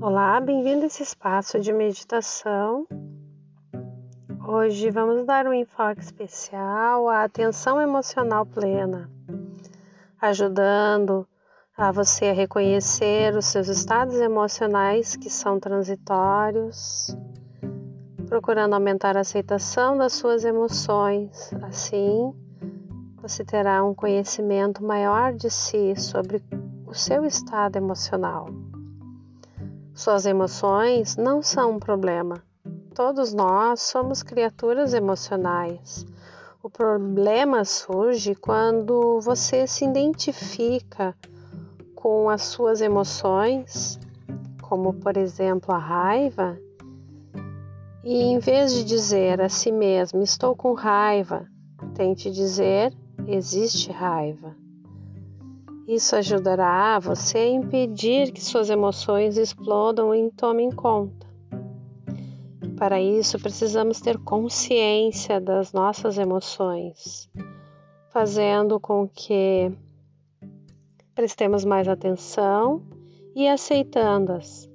Olá, bem-vindo a esse espaço de meditação. Hoje vamos dar um enfoque especial à atenção emocional plena, ajudando a você a reconhecer os seus estados emocionais que são transitórios, procurando aumentar a aceitação das suas emoções. Assim, você terá um conhecimento maior de si sobre o seu estado emocional. Suas emoções não são um problema. Todos nós somos criaturas emocionais. O problema surge quando você se identifica com as suas emoções, como por exemplo a raiva, e em vez de dizer a si mesmo, estou com raiva, tente dizer, existe raiva. Isso ajudará você a impedir que suas emoções explodam e tomem conta. Para isso, precisamos ter consciência das nossas emoções, fazendo com que prestemos mais atenção e aceitando-as.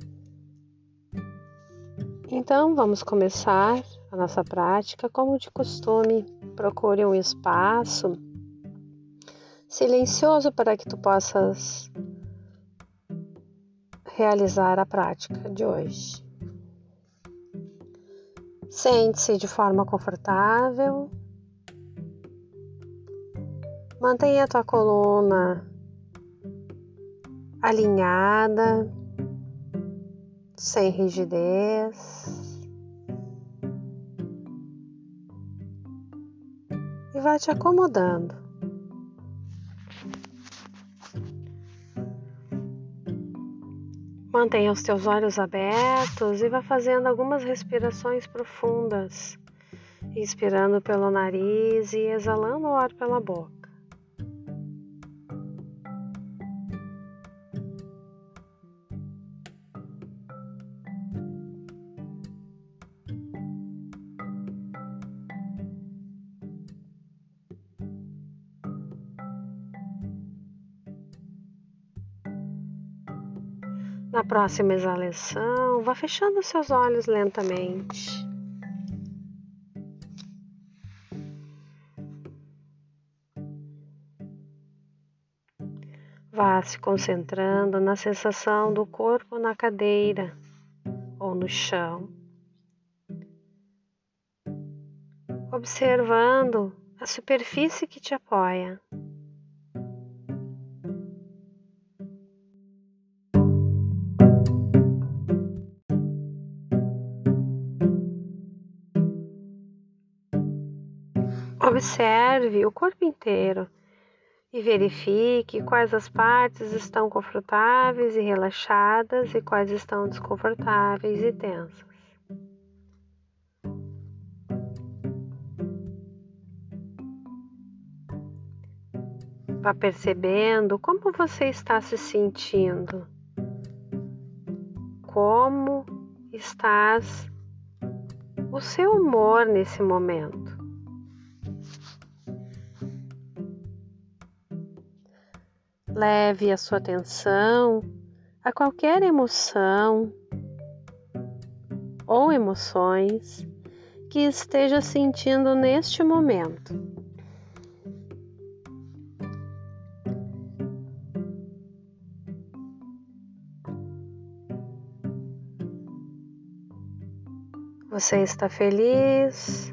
Então, vamos começar a nossa prática. Como de costume, procure um espaço silencioso para que tu possas realizar a prática de hoje. Sente-se de forma confortável. Mantenha a tua coluna alinhada, sem rigidez. E vai te acomodando. Mantenha os teus olhos abertos e vá fazendo algumas respirações profundas, inspirando pelo nariz e exalando o ar pela boca. Na próxima exalação, vá fechando os seus olhos lentamente. Vá se concentrando na sensação do corpo na cadeira ou no chão, observando a superfície que te apoia. Observe o corpo inteiro e verifique quais as partes estão confortáveis e relaxadas e quais estão desconfortáveis e tensas. Vá percebendo como você está se sentindo, como estás o seu humor nesse momento. Leve a sua atenção a qualquer emoção ou emoções que esteja sentindo neste momento. Você está feliz,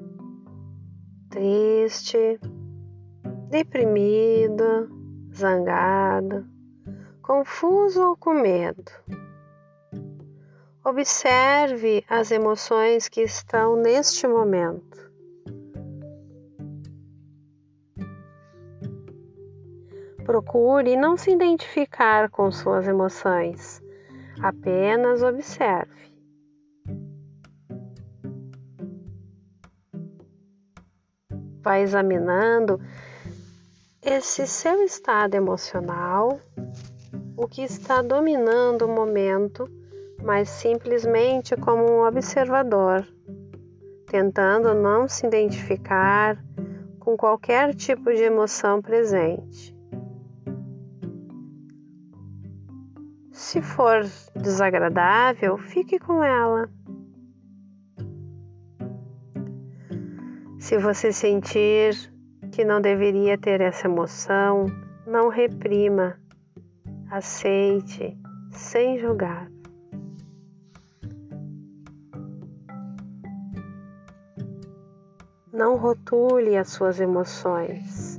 triste, deprimido, zangado, confuso ou com medo. Observe as emoções que estão neste momento. Procure não se identificar com suas emoções, apenas observe. Vai examinando esse seu estado emocional, o que está dominando o momento, mas simplesmente como um observador, tentando não se identificar com qualquer tipo de emoção presente. Se for desagradável, fique com ela. Se você sentir que não deveria ter essa emoção, não reprima, aceite, sem julgar. Não rotule as suas emoções.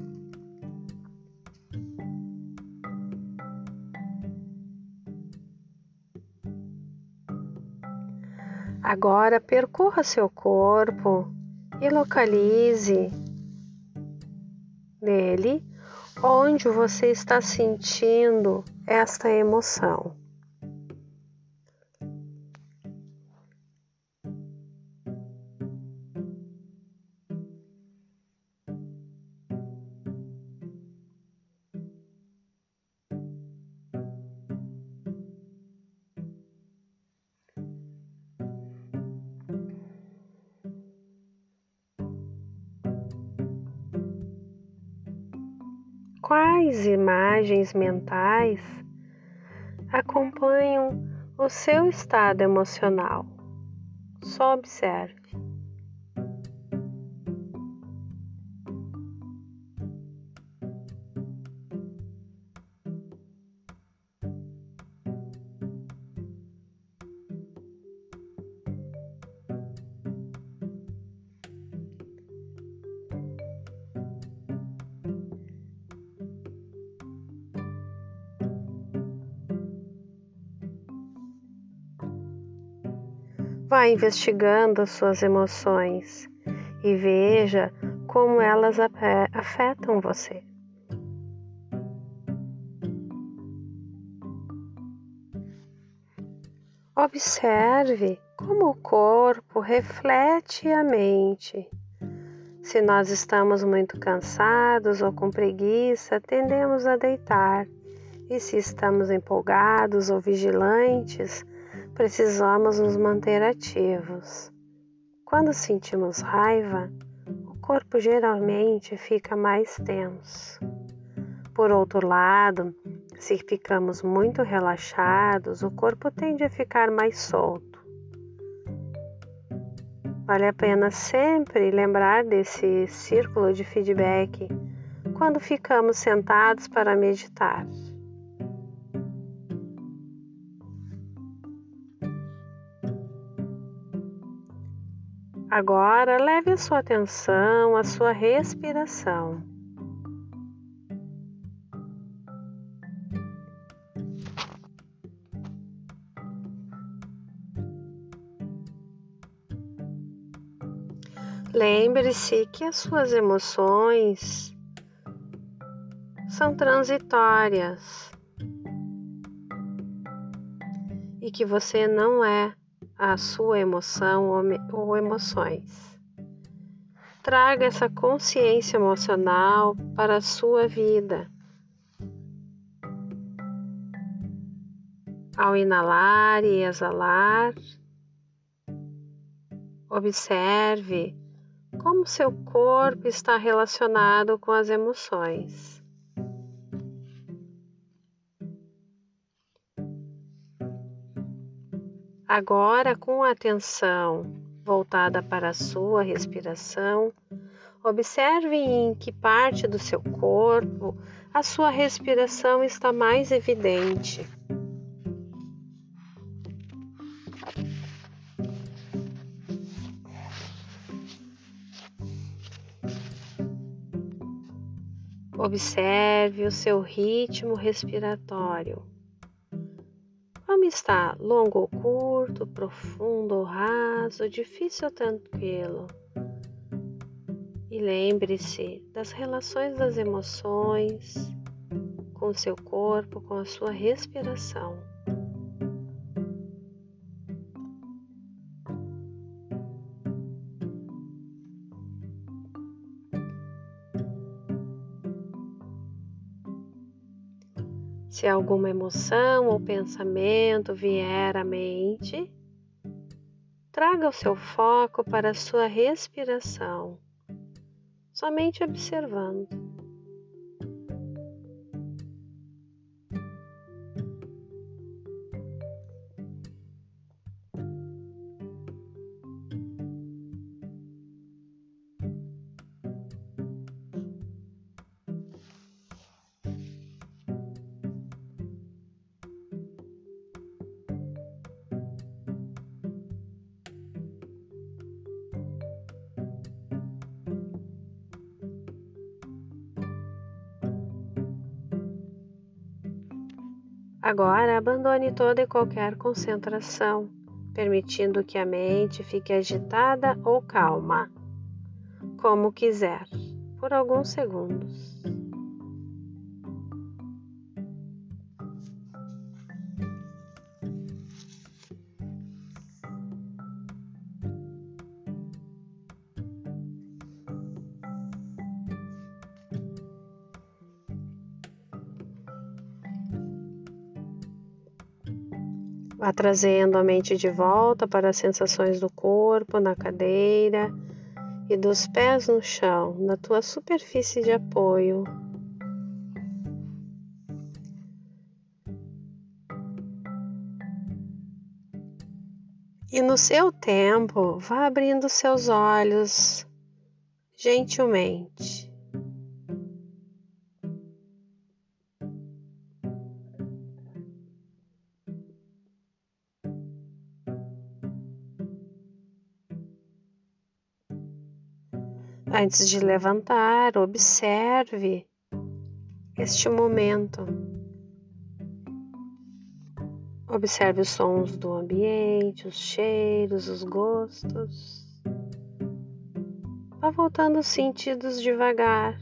Agora percorra seu corpo e localize nele onde você está sentindo esta emoção. Quais imagens mentais acompanham o seu estado emocional? Só observe. Vá investigando as suas emoções e veja como elas afetam você. Observe como o corpo reflete a mente. Se nós estamos muito cansados ou com preguiça, tendemos a deitar. E se estamos empolgados ou vigilantes, precisamos nos manter ativos. Quando sentimos raiva, o corpo geralmente fica mais tenso. Por outro lado, se ficamos muito relaxados, o corpo tende a ficar mais solto. Vale a pena sempre lembrar desse círculo de feedback quando ficamos sentados para meditar. Agora leve a sua atenção à sua respiração. Lembre-se que as suas emoções são transitórias e que você não é a sua emoção ou emoções. Traga essa consciência emocional para a sua vida. Ao inalar e exalar, observe como seu corpo está relacionado com as emoções. Agora, com a atenção voltada para a sua respiração, observe em que parte do seu corpo a sua respiração está mais evidente. Observe o seu ritmo respiratório. Como está? Longo ou curto, profundo ou raso, difícil ou tranquilo? E lembre-se das relações das emoções com o seu corpo, com a sua respiração. Se alguma emoção ou pensamento vier à mente, traga o seu foco para a sua respiração, somente observando. Agora abandone toda e qualquer concentração, permitindo que a mente fique agitada ou calma, como quiser, por alguns segundos. Vá trazendo a mente de volta para as sensações do corpo na cadeira e dos pés no chão, na tua superfície de apoio. E no seu tempo, vá abrindo seus olhos gentilmente. Antes de levantar, observe este momento. Observe os sons do ambiente, os cheiros, os gostos. Vá voltando os sentidos devagar.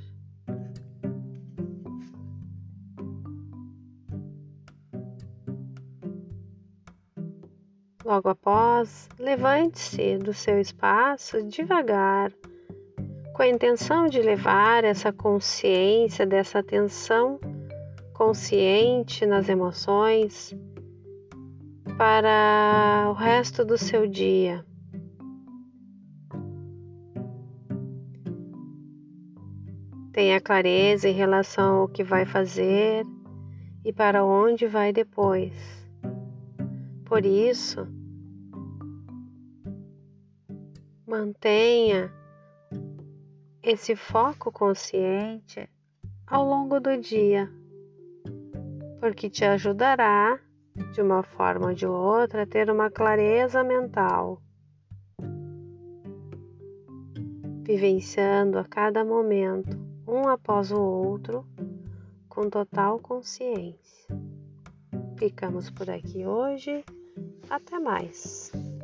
Logo após, levante-se do seu espaço devagar, com a intenção de levar essa consciência dessa atenção consciente nas emoções para o resto do seu dia. Tenha clareza em relação ao que vai fazer e para onde vai depois. Por isso, mantenha esse foco consciente ao longo do dia, porque te ajudará, de uma forma ou de outra, a ter uma clareza mental, vivenciando a cada momento, um após o outro, com total consciência. Ficamos por aqui hoje. Até mais!